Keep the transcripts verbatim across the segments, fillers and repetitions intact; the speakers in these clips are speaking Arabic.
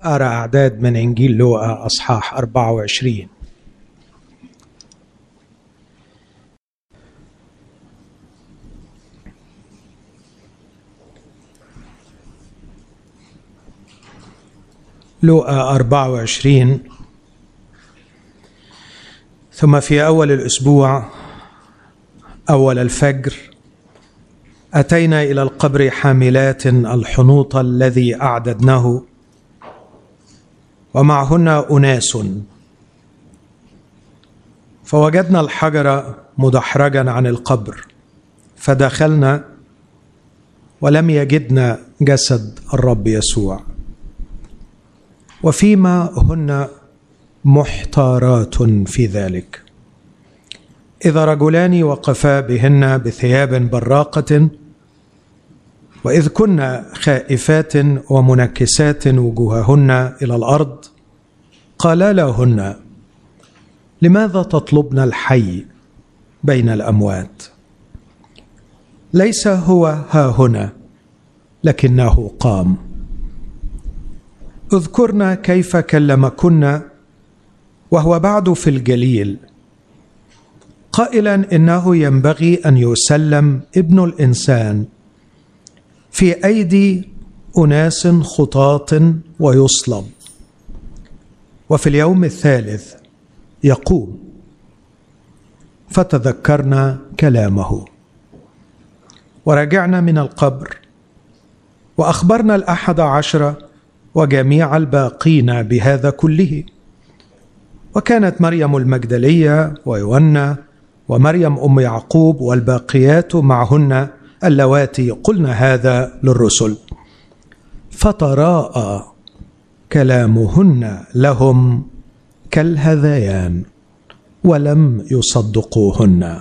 أرى أعداد من إنجيل لوقا أصحاح أربعة وعشرين. لوقا أربعة وعشرين. ثم في أول الأسبوع أول الفجر أتينا إلى القبر حاملات الحنوط الذي أعددناه ومعهن أناس، فوجدنا الحجر مدحرجا عن القبر، فدخلنا ولم يجدنا جسد الرب يسوع، وفيما هن محتارات في ذلك إذا رجلان وقفا بهن بثياب براقة، وإذ كنا خائفات ومنكسات وجوههن إلى الأرض، قالا لهن: لماذا تطلبن الحي بين الأموات؟ ليس هو ها هنا، لكنه قام. اذكرنا كيف كلمكن وهو بعد في الجليل، قائلا: إنه ينبغي أن يسلم ابن الإنسان في أيدي أناس خطاة ويصلب، وفي اليوم الثالث يقوم. فتذكرنا كلامه ورجعنا من القبر، وأخبرنا الأحد عشر وجميع الباقين بهذا كله. وكانت مريم المجدلية ويونا ومريم أم يعقوب والباقيات معهن اللواتي قلنا هذا للرسل، فتراءى كلامهن لهم كالهذيان ولم يصدقوهن.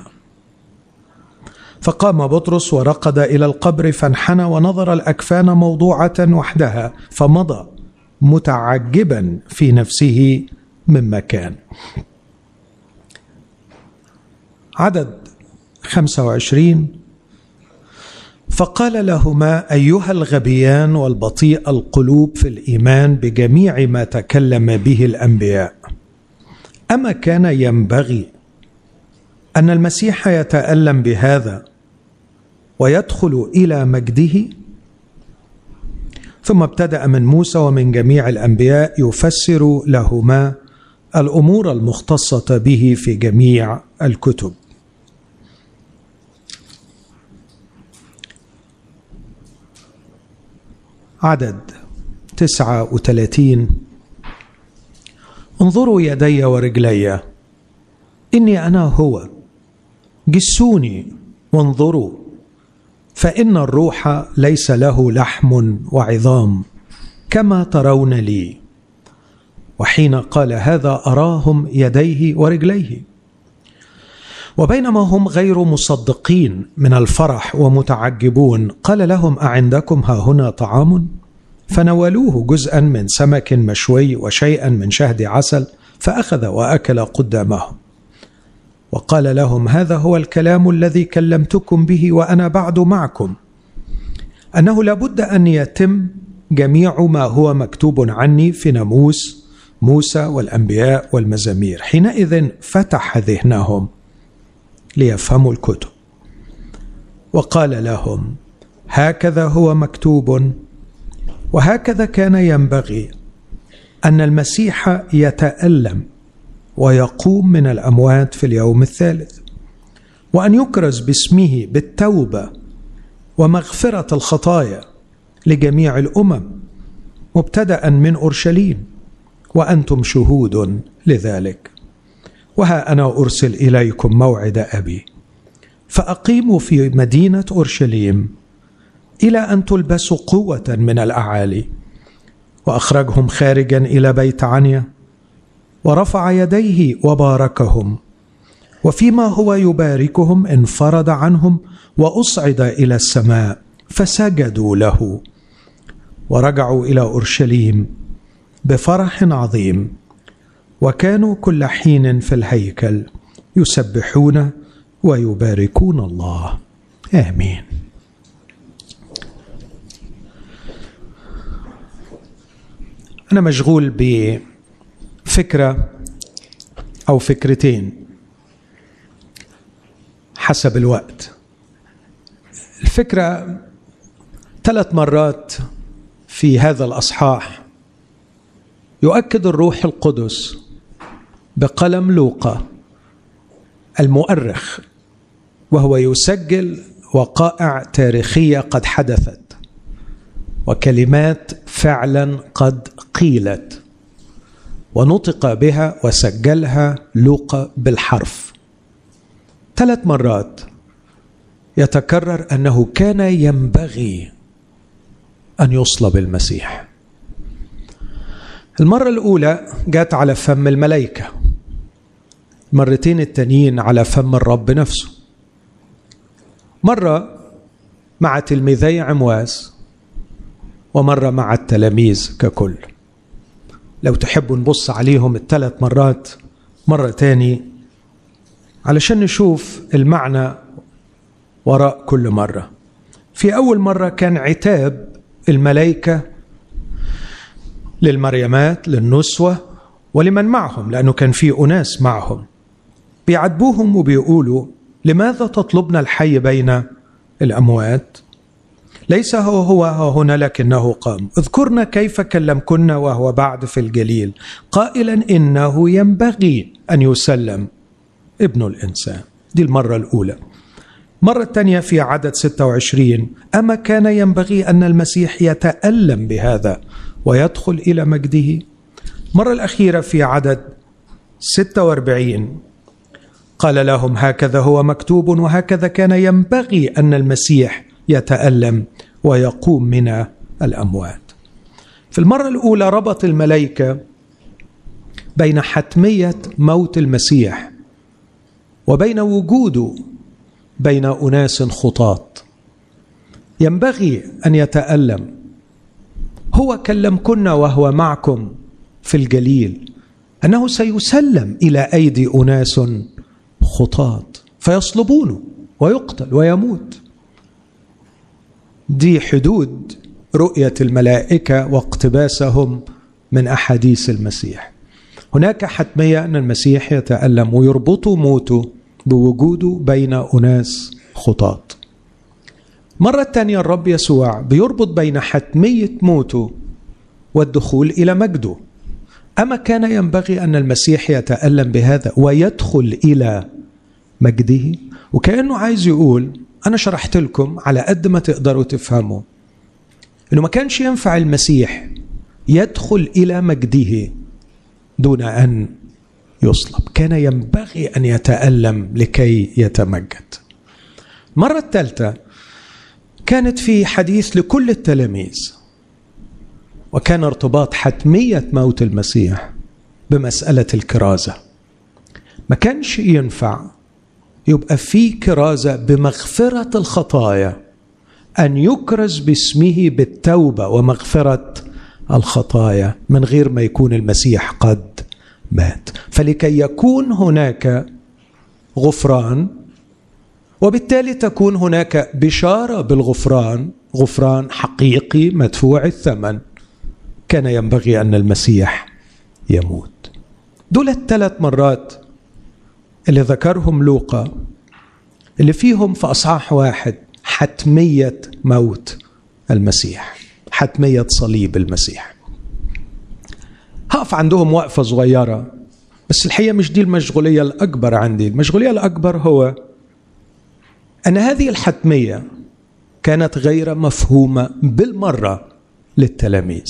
فقام بطرس ورقد إلى القبر، فانحنى ونظر الأكفان موضوعة وحدها، فمضى متعجبا في نفسه مما كان. عدد خمسة وعشرين: فقال لهما: أيها الغبيان والبطيء القلوب في الإيمان بجميع ما تكلم به الأنبياء، أما كان ينبغي أن المسيح يتألم بهذا ويدخل إلى مجده؟ ثم ابتدأ من موسى ومن جميع الأنبياء يفسر لهما الأمور المختصة به في جميع الكتب. عدد تسعة وثلاثين: انظروا يدي ورجلي، إني أنا هو، جسوني وانظروا، فإن الروح ليس له لحم وعظام كما ترون لي. وحين قال هذا أراهم يديه ورجليه. وبينما هم غير مصدقين من الفرح ومتعجبون، قال لهم: أعندكم ها هنا طعام؟ فنولوه جزءا من سمك مشوي وشيئا من شهد عسل، فأخذ وأكل قدامهم. وقال لهم: هذا هو الكلام الذي كلمتكم به وأنا بعد معكم، أنه لابد أن يتم جميع ما هو مكتوب عني في ناموس موسى والأنبياء والمزامير. حينئذ فتح ذهنهم ليفهموا الكتب، وقال لهم: هكذا هو مكتوب، وهكذا كان ينبغي أن المسيح يتألم ويقوم من الأموات في اليوم الثالث، وأن يكرز باسمه بالتوبة ومغفرة الخطايا لجميع الأمم، مبتدأ من أورشليم، وأنتم شهود لذلك. وها أنا أرسل إليكم موعد أبي، فأقيموا في مدينة أورشليم إلى أن تلبسوا قوة من الأعالي. وأخرجهم خارجا إلى بيت عنيا، ورفع يديه وباركهم، وفيما هو يباركهم انفرد عنهم وأصعد إلى السماء، فسجدوا له، ورجعوا إلى أورشليم بفرح عظيم، وكانوا كل حين في الهيكل يسبحون ويباركون الله. آمين. أنا مشغول بفكرة أو فكرتين حسب الوقت. الفكرة ثلاث مرات في هذا الأصحاح يؤكد الروح القدس بقلم لوقا المؤرخ وهو يسجل وقائع تاريخية قد حدثت وكلمات فعلا قد قيلت ونطق بها وسجلها لوقا بالحرف. ثلاث مرات يتكرر أنه كان ينبغي أن يصلب المسيح. المرة الأولى جاءت على فم الملائكة، مرتين التانيين على فم الرب نفسه، مرة مع تلميذي عمواس ومرة مع التلاميذ ككل. لو تحبوا نبص عليهم الثلاث مرات مرة تاني علشان نشوف المعنى وراء كل مرة. في أول مرة كان عتاب الملائكة للمريمات للنسوة ولمن معهم، لأنه كان في أناس معهم بيعاتبوهم وبيقولوا لماذا تطلبنا الحي بين الأموات؟ ليس هو هو هنا لكنه قام. اذكرنا كيف كلمكن وهو بعد في الجليل قائلا إنه ينبغي أن يسلم ابن الإنسان. دي المرة الأولى. مرة الثانية في عدد ستة وعشرين أما كان ينبغي أن المسيح يتألم بهذا ويدخل إلى مجده. مرة الأخيرة في عدد ستة وأربعين قال لهم هكذا هو مكتوب وهكذا كان ينبغي أن المسيح يتألم ويقوم من الأموات. في المرة الأولى ربط الملائكة بين حتمية موت المسيح وبين وجوده بين أناس خطاط. ينبغي أن يتألم. هو كلمكن وهو معكم في الجليل أنه سيسلم إلى أيدي أناس خطاط فيصلبونه ويقتل ويموت. دي حدود رؤية الملائكة واقتباسهم من أحاديث المسيح. هناك حتمية أن المسيح يتألم ويربطوا موته بوجوده بين أناس خطاط. مرة تانية الرب يسوع بيربط بين حتمية موته والدخول إلى مجده. أما كان ينبغي أن المسيح يتألم بهذا ويدخل إلى مجده، وكأنه عايز يقول أنا شرحت لكم على قد ما تقدروا تفهموا إنه ما كانش ينفع المسيح يدخل إلى مجده دون أن يصلب، كان ينبغي أن يتألم لكي يتمجد. مرة الثالثة كانت في حديث لكل التلاميذ، وكان ارتباط حتمية موت المسيح بمسألة الكرازة. ما كانش ينفع يبقى في كرازة بمغفرة الخطايا، أن يكرز باسمه بالتوبة ومغفرة الخطايا من غير ما يكون المسيح قد مات. فلكي يكون هناك غفران وبالتالي تكون هناك بشارة بالغفران، غفران حقيقي مدفوع الثمن، كان ينبغي أن المسيح يموت. دول الثلاث مرات اللي ذكرهم لوقا اللي فيهم في أصحاح واحد حتمية موت المسيح، حتمية صليب المسيح. هقف عندهم وقفة صغيرة، بس الحقيقة مش دي المشغولية الأكبر عندي. المشغولية الأكبر هو أن هذه الحتمية كانت غير مفهومة بالمرة للتلاميذ،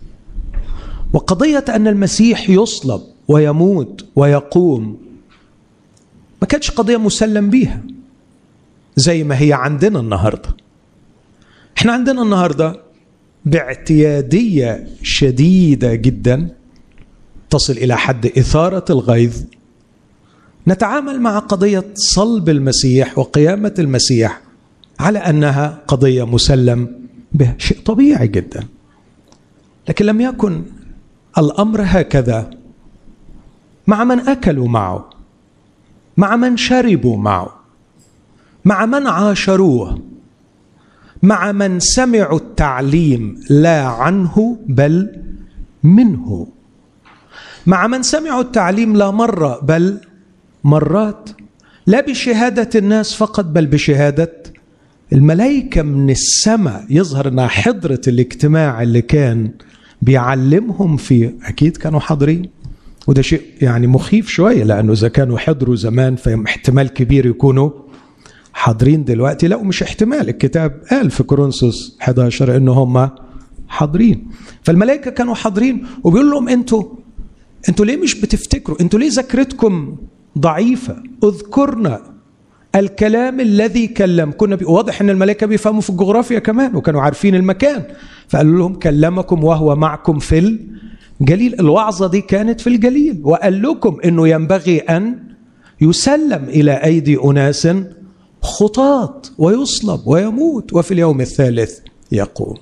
وقضية أن المسيح يصلب ويموت ويقوم ما كانتش قضية مسلم بيها زي ما هي عندنا النهاردة. احنا عندنا النهاردة باعتيادية شديدة جدا تصل إلى حد إثارة الغيظ نتعامل مع قضية صلب المسيح وقيامة المسيح على أنها قضية مسلم بها، شيء طبيعي جدا. لكن لم يكن الأمر هكذا مع من أكلوا معه، مع من شربوا معه، مع من عاشروه، مع من سمعوا التعليم لا عنه بل منه. مع من سمعوا التعليم لا مرة بل مرات، لا بشهادة الناس فقط بل بشهادة الملائكة من السماء. يظهر أنها حضرة الاجتماع اللي كان بيعلمهم فيه، أكيد كانوا حاضرين، وده شيء يعني مخيف شوية، لأنه إذا كانوا حضروا زمان فاحتمال كبير يكونوا حاضرين دلوقتي. لا، ومش احتمال، الكتاب قال في كورنثوس إحدى عشر إنه هم حاضرين. فالملائكة كانوا حاضرين وبيقول لهم أنتوا أنتوا ليه مش بتفتكروا؟ أنتوا ليه ذاكرتكم ضعيفة؟ اذكرنا الكلام الذي كلم. كنا بي... واضح ان الملائكه بيفهموا في الجغرافيا كمان وكانوا عارفين المكان، فقالوا لهم كلمكم وهو معكم في الجليل. الوعظه دي كانت في الجليل، وقال لكم انه ينبغي ان يسلم الى ايدي اناس خطاة ويصلب ويموت وفي اليوم الثالث يقوم.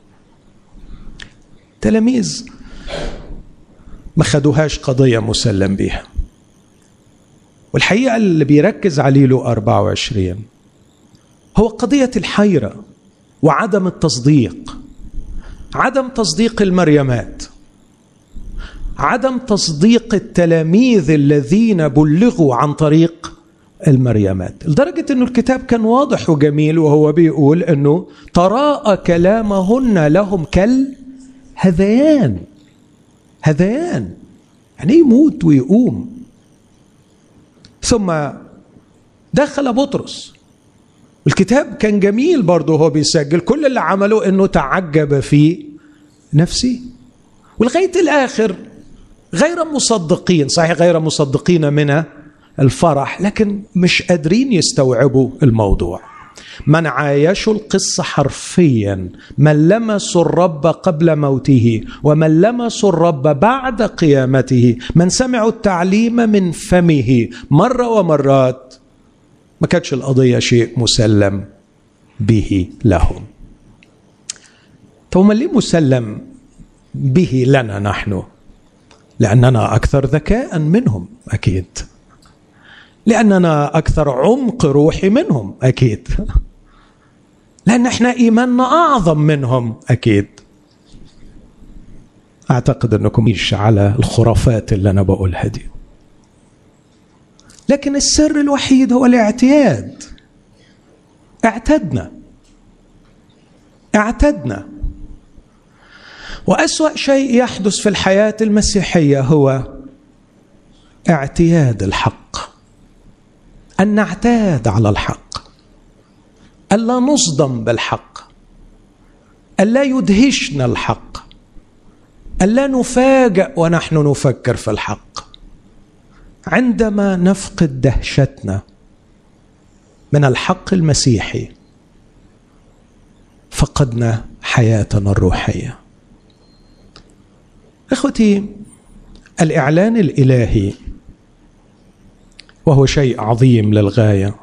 تلاميذ ما خدوهاش قضيه مسلم بيها. والحقيقة اللي بيركز عليه له أربعة وعشرين هو قضية الحيرة وعدم التصديق. عدم تصديق المريمات، عدم تصديق التلاميذ الذين بلغوا عن طريق المريمات، لدرجة أنه الكتاب كان واضح وجميل وهو بيقول أنه تراءى كلامهن لهم كالهذيان. هذيان يعني يموت ويقوم. ثم دخل بطرس، والكتاب كان جميل برضه، هو بيسجل كل اللي عمله انه تعجب في نفسه، ولغاية الآخر غير مصدقين. صحيح غير مصدقين من الفرح، لكن مش قادرين يستوعبوا الموضوع. من عايشوا القصة حرفيا، من لمسوا الرب قبل موته ومن لمسوا الرب بعد قيامته، من سمعوا التعليم من فمه مرة ومرات، ما كانتش القضية شيء مسلم به لهم. ثم ليه مسلم به لنا نحن؟ لأننا أكثر ذكاء منهم أكيد، لأننا أكثر عمق روحي منهم أكيد، لأن احنا إيماننا أعظم منهم أكيد. أعتقد أنكم مش على الخرافات اللي أنا بقولها دي، لكن السر الوحيد هو الاعتياد. اعتدنا اعتدنا وأسوأ شيء يحدث في الحياة المسيحية هو اعتياد الحق، أن نعتاد على الحق، ألا نصدم بالحق، ألا يدهشنا الحق، ألا نفاجأ ونحن نفكر في الحق. عندما نفقد دهشتنا من الحق المسيحي فقدنا حياتنا الروحية. إخوتي، الإعلان الإلهي وهو شيء عظيم للغاية،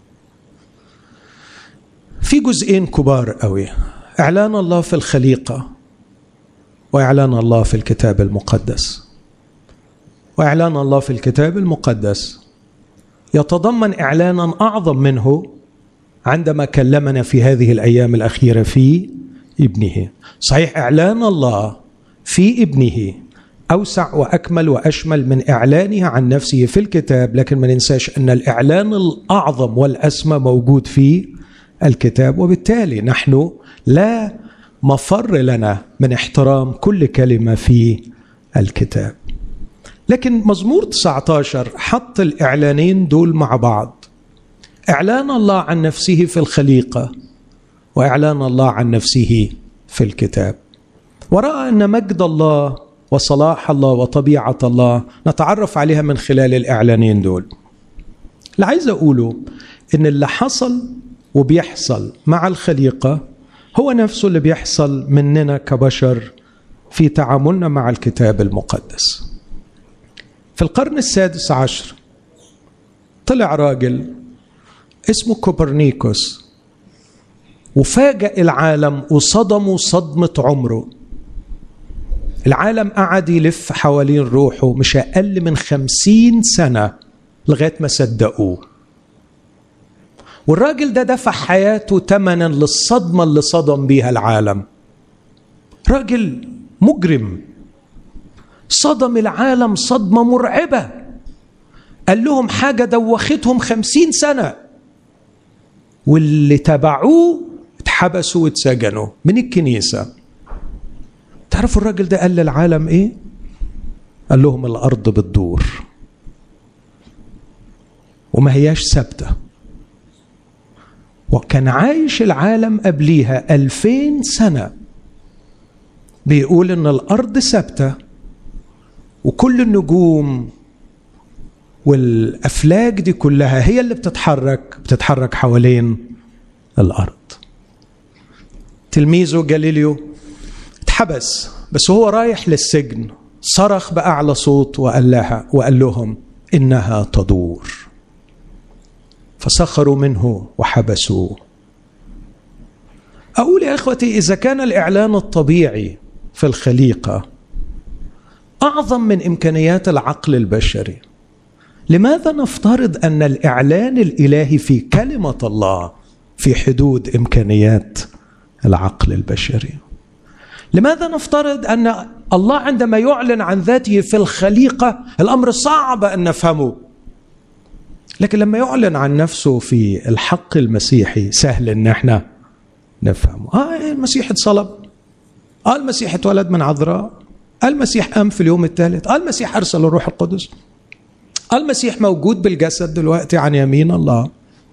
في جزئين كبار قوي: إعلان الله في الخليقة، وإعلان الله في الكتاب المقدس. وإعلان الله في الكتاب المقدس يتضمن إعلانا أعظم منه عندما كلمنا في هذه الأيام الأخيرة في ابنه. صحيح إعلان الله في ابنه أوسع وأكمل وأشمل من إعلانه عن نفسه في الكتاب، لكن ما ننساش أن الإعلان الأعظم والأسمى موجود في الكتاب، وبالتالي نحن لا مفر لنا من احترام كل كلمة في الكتاب. لكن مزمور تسعة عشر حط الإعلانين دول مع بعض: إعلان الله عن نفسه في الخليقة، وإعلان الله عن نفسه في الكتاب. ورأى أن مجد الله وصلاح الله وطبيعة الله نتعرف عليها من خلال الإعلانين دول. اللي عايز أقوله إن اللي حصل وبيحصل مع الخليقة هو نفسه اللي بيحصل مننا كبشر في تعاملنا مع الكتاب المقدس. في القرن السادس عشر طلع راجل اسمه كوبرنيكوس وفاجأ العالم وصدمه صدمة عمره. العالم قعد يلف حوالين روحه مش أقل من خمسين سنة لغاية ما صدقوه، والراجل ده دفع حياته ثمنا للصدمة اللي صدم بيها العالم. راجل مجرم صدم العالم صدمة مرعبة، قال لهم حاجة دوختهم خمسين سنة، واللي تبعوه اتحبسوا واتسجنوا من الكنيسة. تعرفوا الراجل ده قال للعالم ايه؟ قال لهم الأرض بتدور وما هياش ثابتة. وكان عايش العالم قبليها ألفين سنة بيقول إن الأرض ثابتة، وكل النجوم والأفلاك دي كلها هي اللي بتتحرك بتتحرك حوالين الأرض. تلميذه جاليليو اتحبس، بس هو رايح للسجن صرخ بأعلى صوت وقال لها وقال لهم إنها تدور، فسخروا منه وحبسوه. أقول يا إخوتي، إذا كان الإعلان الطبيعي في الخليقة أعظم من إمكانيات العقل البشري، لماذا نفترض أن الإعلان الإلهي في كلمة الله في حدود إمكانيات العقل البشري؟ لماذا نفترض أن الله عندما يعلن عن ذاته في الخليقة الأمر صعب أن نفهمه، لكن لما يعلن عن نفسه في الحق المسيحي سهل أن احنا نفهمه؟ آه المسيح اتصلب، آه المسيح اتولد من عذراء، آه المسيح قام في اليوم الثالث، آه المسيح أرسل الروح القدس، آه المسيح موجود بالجسد دلوقتي عن يمين الله،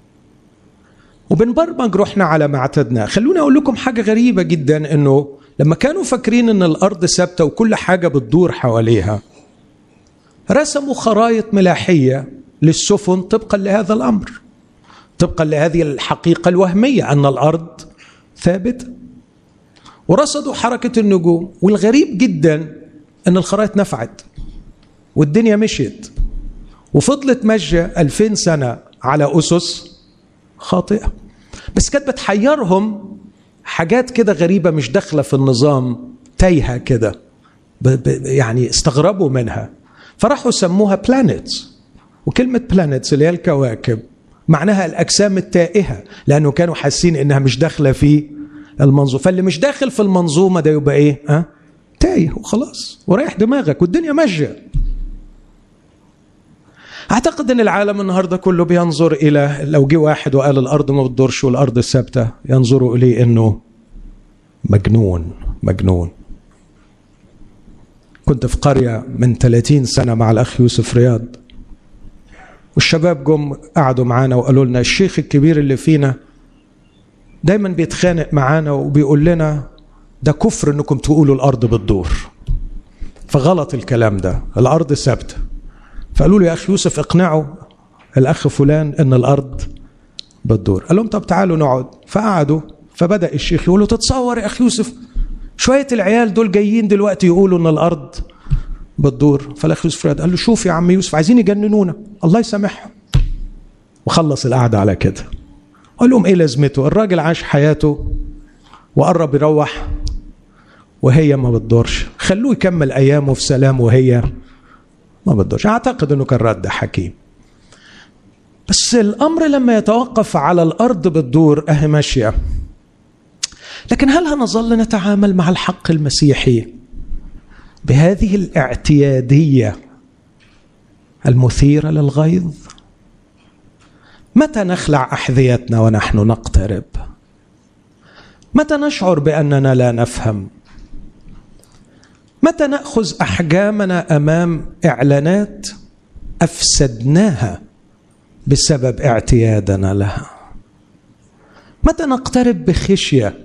وبنبرمج روحنا على ما اعتدنا. خلوني أقول لكم حاجة غريبة جدا، أنه لما كانوا فاكرين أن الأرض ثابتة وكل حاجة بتدور حواليها، رسموا خرائط ملاحية للسفن طبقا لهذا الأمر، طبقا لهذه الحقيقة الوهمية أن الأرض ثابتة، ورصدوا حركة النجوم. والغريب جدا أن الخرائط نفعت والدنيا مشيت وفضلت ماشية ألفين سنة على أسس خاطئة، بس كانت بتحيرهم حاجات كده غريبة مش داخلة في النظام، تايهة كده، يعني استغربوا منها، فراحوا سموها بلانيتس. وكلمة بلانيتس اللي هي الكواكب معناها الأجسام التائهة، لأنه كانوا حاسين إنها مش داخلة في المنظومة، فاللي مش داخل في المنظومة ده يبقى إيه؟ أه؟ تايه وخلاص وريح دماغك والدنيا ماشية. أعتقد أن العالم النهاردة كله بينظر إلى، لو جه واحد وقال الأرض ما بتدورش والأرض ثابتة، ينظروا إليه إنه مجنون مجنون. كنت في قرية من ثلاثين سنة مع الأخ يوسف رياض، والشباب جم قعدوا معانا وقالوا لنا الشيخ الكبير اللي فينا دايما بيتخانق معانا وبيقول لنا ده كفر انكم تقولوا الارض بتدور، فغلط الكلام ده، الارض ثابته. فقالوا له يا اخ يوسف اقنعوا الاخ فلان ان الارض بتدور. قال لهم طب تعالوا نقعد، فقعدوا. فبدا الشيخ يقول له تتصور يا اخ يوسف شويه العيال دول جايين دلوقتي يقولوا ان الارض بتدور. فالاخ يوسف قال له شوف يا عم يوسف عايزين يجننونا، الله يسامحهم. وخلص القعده على كده. قال لهم ايه لازمته؟ الراجل عاش حياته وقرب يروح وهي ما بتدورش، خلوه يكمل ايامه في سلام وهي ما بتدورش. اعتقد انه كان رد حكيم. بس الامر لما يتوقف على الارض بتدور اهي ماشيه، لكن هل هنظل نتعامل مع الحق المسيحي بهذه الاعتياديه المثيره للغيظ؟ متى نخلع احذيتنا ونحن نقترب؟ متى نشعر باننا لا نفهم؟ متى ناخذ احجامنا امام اعلانات افسدناها بسبب اعتيادنا لها؟ متى نقترب بخشيه؟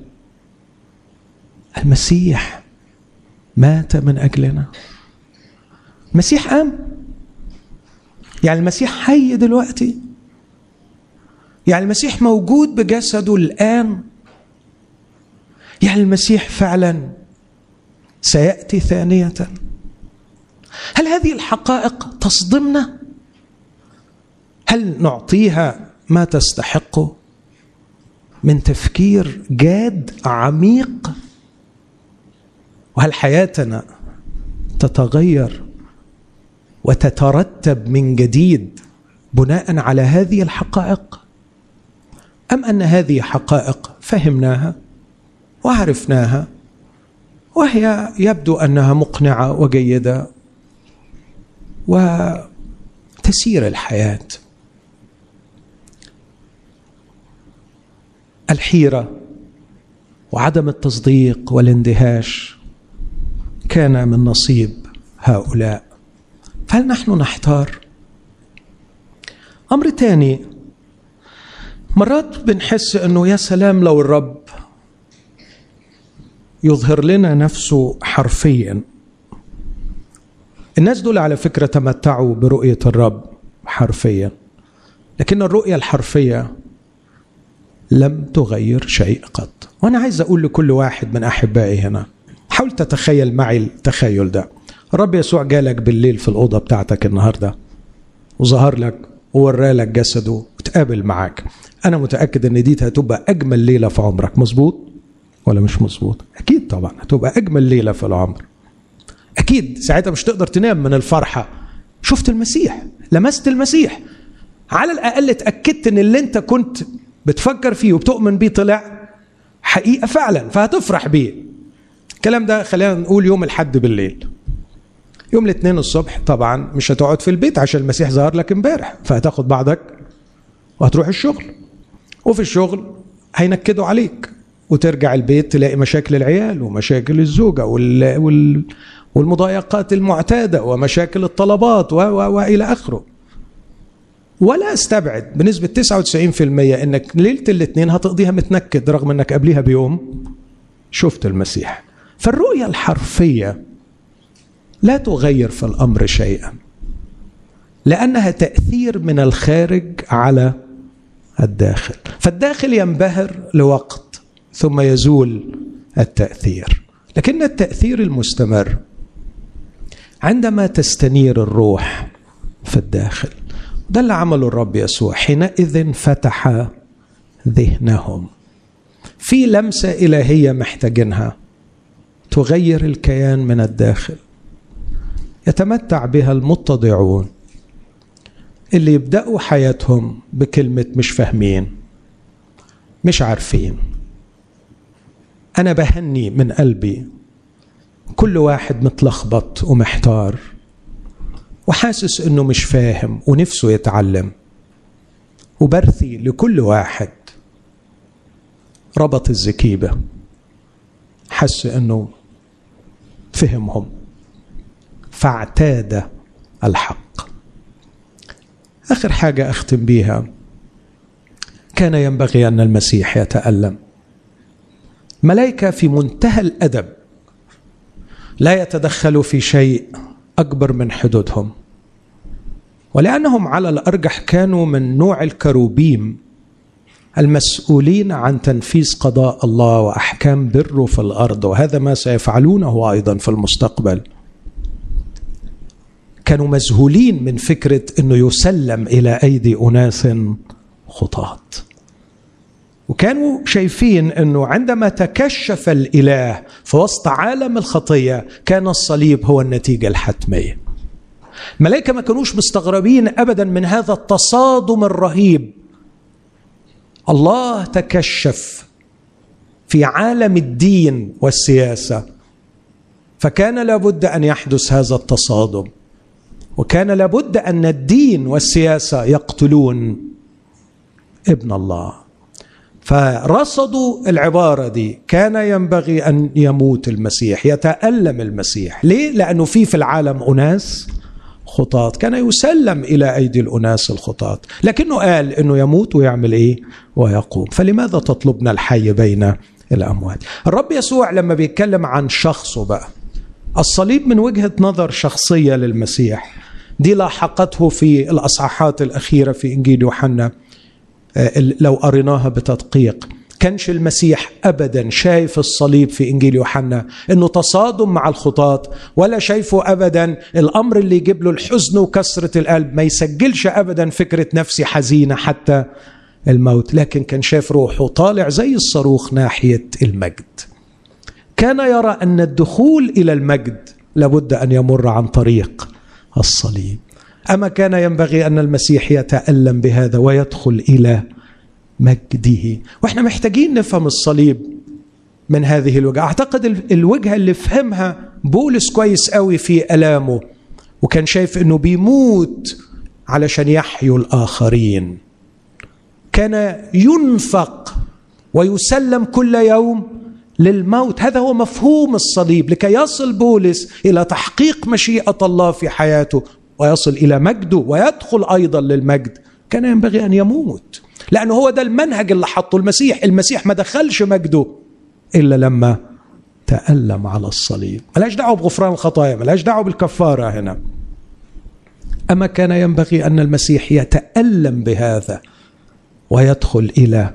المسيح مات من اجلنا، المسيح قام، يعني المسيح حي دلوقتي، يعني المسيح موجود بجسده الآن، يعني المسيح فعلا سيأتي ثانية. هل هذه الحقائق تصدمنا؟ هل نعطيها ما تستحقه من تفكير جاد عميق؟ وهل حياتنا تتغير وتترتب من جديد بناء على هذه الحقائق؟ أم أن هذه حقائق فهمناها وعرفناها وهي يبدو أنها مقنعة وجيدة وتسير الحياة. الحيرة وعدم التصديق والاندهاش كان من نصيب هؤلاء. فهل نحن نحتار؟ أمر تاني، مرات بنحس أنه يا سلام لو الرب يظهر لنا نفسه حرفيا. الناس دول على فكرة تمتعوا برؤية الرب حرفيا، لكن الرؤية الحرفية لم تغير شيء قط. وأنا عايز أقول لكل واحد من أحبائي هنا، حاول تتخيل معي التخيل ده. الرب يسوع جالك بالليل في الأوضة بتاعتك النهاردة وظهر لك وورالك جسده وتقابل معاك. أنا متأكد أن دي هتبقى أجمل ليلة في عمرك. مظبوط ولا مش مظبوط؟ أكيد طبعا هتبقى أجمل ليلة في العمر. أكيد ساعتها مش تقدر تنام من الفرحة. شفت المسيح، لمست المسيح، على الأقل اتأكدت أن اللي أنت كنت بتفكر فيه وبتؤمن بيه طلع حقيقة فعلا، فهتفرح بيه. الكلام ده خلينا نقول يوم الحد بالليل. يوم الاثنين الصبح طبعا مش هتقعد في البيت عشان المسيح ظهر لك امبارح، فهتاخد بعضك وهتروح الشغل، وفي الشغل هينكدوا عليك، وترجع البيت تلاقي مشاكل العيال ومشاكل الزوجة وال... وال... والمضايقات المعتادة ومشاكل الطلبات و... و... وإلى آخره. ولا استبعد بنسبة تسعة وتسعين بالمئة انك ليلة الاثنين هتقضيها متنكد رغم انك قبلها بيوم شفت المسيح. فالرؤية الحرفية لا تغير في الأمر شيئا، لأنها تأثير من الخارج على الداخل. فالداخل ينبهر لوقت ثم يزول التأثير، لكن التأثير المستمر عندما تستنير الروح في الداخل. ده اللي عمله الرب يسوع. حينئذ فتح ذهنهم. في لمسة إلهية محتاجينها تغير الكيان من الداخل، يتمتع بها المتضعون اللي يبدأوا حياتهم بكلمة مش فاهمين، مش عارفين. أنا بهني من قلبي كل واحد متلخبط ومحتار وحاسس إنه مش فاهم ونفسه يتعلم، وبرثي لكل واحد ربط الزكيبة، حس إنه فهمهم فاعتاد الحق. آخر حاجة أختم بيها، كان ينبغي أن المسيح يتألم. ملائكة في منتهى الأدب لا يتدخلوا في شيء أكبر من حدودهم، ولأنهم على الأرجح كانوا من نوع الكروبيم المسؤولين عن تنفيذ قضاء الله وأحكام بره في الأرض، وهذا ما سيفعلونه أيضا في المستقبل. كانوا مذهولين من فكرة أنه يسلم إلى أيدي أناس خطاة، وكانوا شايفين أنه عندما تكشف الإله في وسط عالم الخطية كان الصليب هو النتيجة الحتمية. ملائكة ما كانوش مستغربين أبدا من هذا التصادم الرهيب. الله تكشف في عالم الدين والسياسة، فكان لابد أن يحدث هذا التصادم، وكان لابد أن الدين والسياسة يقتلون ابن الله. فرصدوا العبارة دي، كان ينبغي أن يموت المسيح، يتألم المسيح. ليه؟ لأنه في في العالم أناس خطاة، كان يسلم إلى أيدي الأناس الخطاة، لكنه قال أنه يموت ويعمل إيه؟ ويقوم. فلماذا تطلبنا الحي بين الأموات؟ الرب يسوع لما بيتكلم عن شخصه بقى، الصليب من وجهة نظر شخصية للمسيح دي لاحقته في الأصحاحات الأخيرة في إنجيل يوحنا. لو قريناها بتدقيق كانش المسيح أبدا شايف الصليب في إنجيل يوحنا إنه تصادم مع الخطاة، ولا شايفه أبدا الأمر اللي يجيب له الحزن وكسرة القلب. ما يسجلش أبدا فكرة نفسي حزينة حتى الموت، لكن كان شايف روحه طالع زي الصاروخ ناحية المجد. كان يرى أن الدخول إلى المجد لابد أن يمر عن طريق الصليب. أما كان ينبغي أن المسيح يتألم بهذا ويدخل إلى مجده. وإحنا محتاجين نفهم الصليب من هذه الوجهة. أعتقد الوجهة اللي فهمها بولس كويس قوي في ألامه وكان شايف أنه بيموت علشان يحيوا الآخرين. كان ينفق ويسلم كل يوم للموت. هذا هو مفهوم الصليب، لكي يصل بولس إلى تحقيق مشيئة الله في حياته ويصل إلى مجده ويدخل أيضا للمجد. كان ينبغي أن يموت، لأنه هو ده المنهج اللي حطه المسيح. المسيح ما دخلش مجده إلا لما تألم على الصليب. ملاش دعوه بغفران الخطايا، ملاش دعوه بالكفارة هنا. أما كان ينبغي أن المسيح يتألم بهذا ويدخل إلى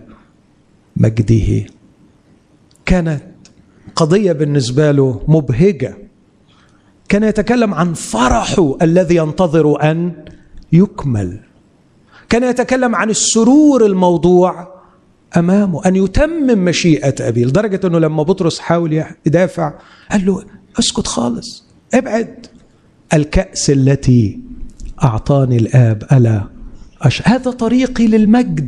مجده. كانت قضية بالنسبة له مبهجة. كان يتكلم عن فرحه الذي ينتظر أن يكمل. كان يتكلم عن السرور الموضوع أمامه، أن يتمم مشيئة أبيه، لدرجة أنه لما بطرس حاول يدافع قال له اسكت خالص، ابعد. الكأس التي أعطاني الآب ألا أشرب، هذا طريقي للمجد.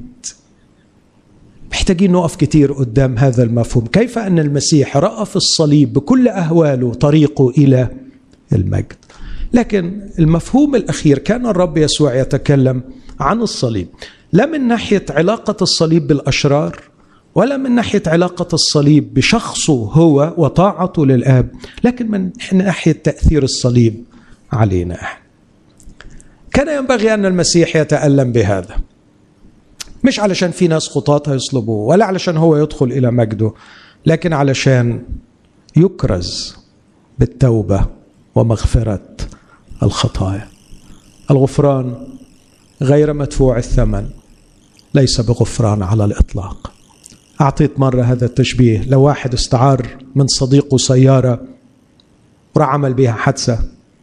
محتاجين نقف كتير قدام هذا المفهوم، كيف أن المسيح رأى في الصليب بكل أهواله طريقه إلى المجد. لكن المفهوم الأخير، كان الرب يسوع يتكلم عن الصليب لا من ناحية علاقة الصليب بالأشرار، ولا من ناحية علاقة الصليب بشخصه هو وطاعته للآب، لكن من ناحية تأثير الصليب علينا. كان ينبغي أن المسيح يتألم بهذا، مش علشان في ناس خطاة يصلبوه، ولا علشان هو يدخل إلى مجده، لكن علشان يكرز بالتوبة ومغفرة الخطايا. الغفران غير مدفوع الثمن ليس بغفران على الإطلاق. أعطيت مرة هذا التشبيه، لو واحد استعار من صديقه سيارة وراح عمل بيها حادثة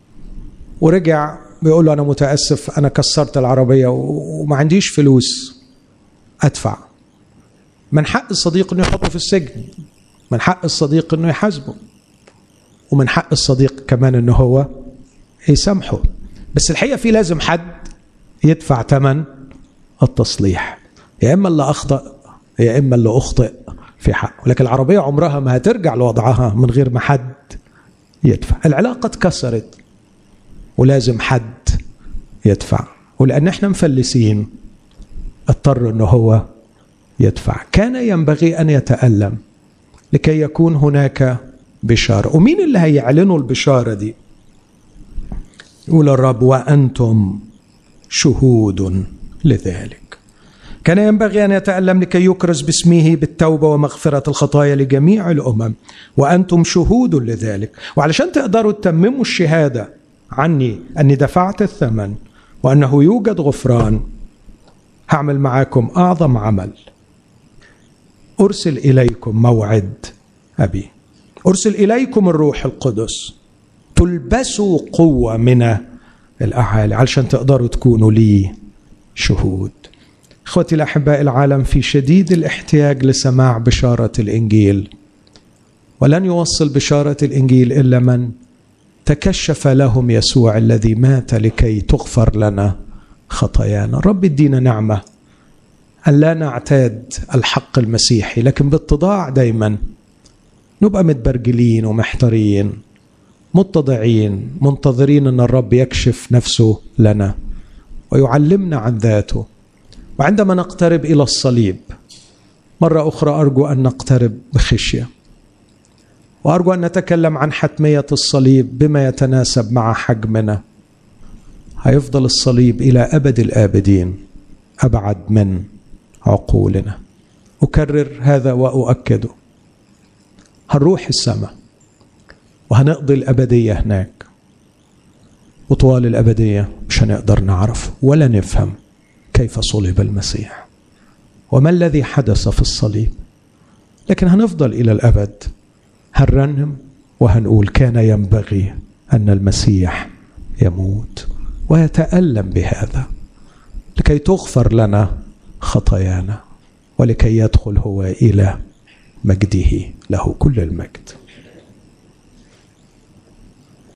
ورجع بيقول له أنا متأسف، أنا كسرت العربية وما عنديش فلوس أدفع، من حق الصديق أنه يحطه في السجن، من حق الصديق أنه يحاسبه، ومن حق الصديق كمان أنه هو يسامحه. بس الحقيقة في لازم حد يدفع ثمن التصليح، يا إما اللي أخطأ يا إما اللي أخطئ في حقه. لكن العربية عمرها ما هترجع لوضعها من غير ما حد يدفع. العلاقة اتكسرت ولازم حد يدفع، ولأن احنا مفلسين اضطر أنه هو يدفع. كان ينبغي أن يتألم لكي يكون هناك بشارة. ومين اللي هيعلنوا البشارة دي؟ يقول الرب وأنتم شهود لذلك. كان ينبغي أن يتألم لكي يكرز باسمه بالتوبة ومغفرة الخطايا لجميع الأمم، وأنتم شهود لذلك. وعلشان تقدروا تتمموا الشهادة عني أني دفعت الثمن وأنه يوجد غفران، هعمل معاكم أعظم عمل. أرسل إليكم موعد أبي، أرسل إليكم الروح القدس، تلبسوا قوة من الأعالي علشان تقدروا تكونوا لي شهود. إخوتي الأحباء، العالم في شديد الاحتياج لسماع بشارة الإنجيل، ولن يوصل بشارة الإنجيل إلا من تكشف لهم يسوع الذي مات لكي تغفر لنا خطايانا. رب ادينا نعمة أن لا نعتاد الحق المسيحي، لكن باتضاع دايما نبقى متبرجلين ومحتارين متضعين منتظرين أن الرب يكشف نفسه لنا ويعلمنا عن ذاته. وعندما نقترب إلى الصليب مرة أخرى أرجو أن نقترب بخشية، وأرجو أن نتكلم عن حتمية الصليب بما يتناسب مع حجمنا. هيفضل الصليب إلى أبد الآبدين أبعد من عقولنا. أكرر هذا وأؤكده، هنروح السماء وهنقضي الأبدية هناك، وطوال الأبدية مش هنقدر نعرف ولا نفهم كيف صلب المسيح وما الذي حدث في الصليب، لكن هنفضل إلى الأبد هنرنم وهنقول كان ينبغي أن المسيح يموت ويتألم بهذا لكي تغفر لنا خطايانا ولكي يدخل هو إلى مجده، له كل المجد.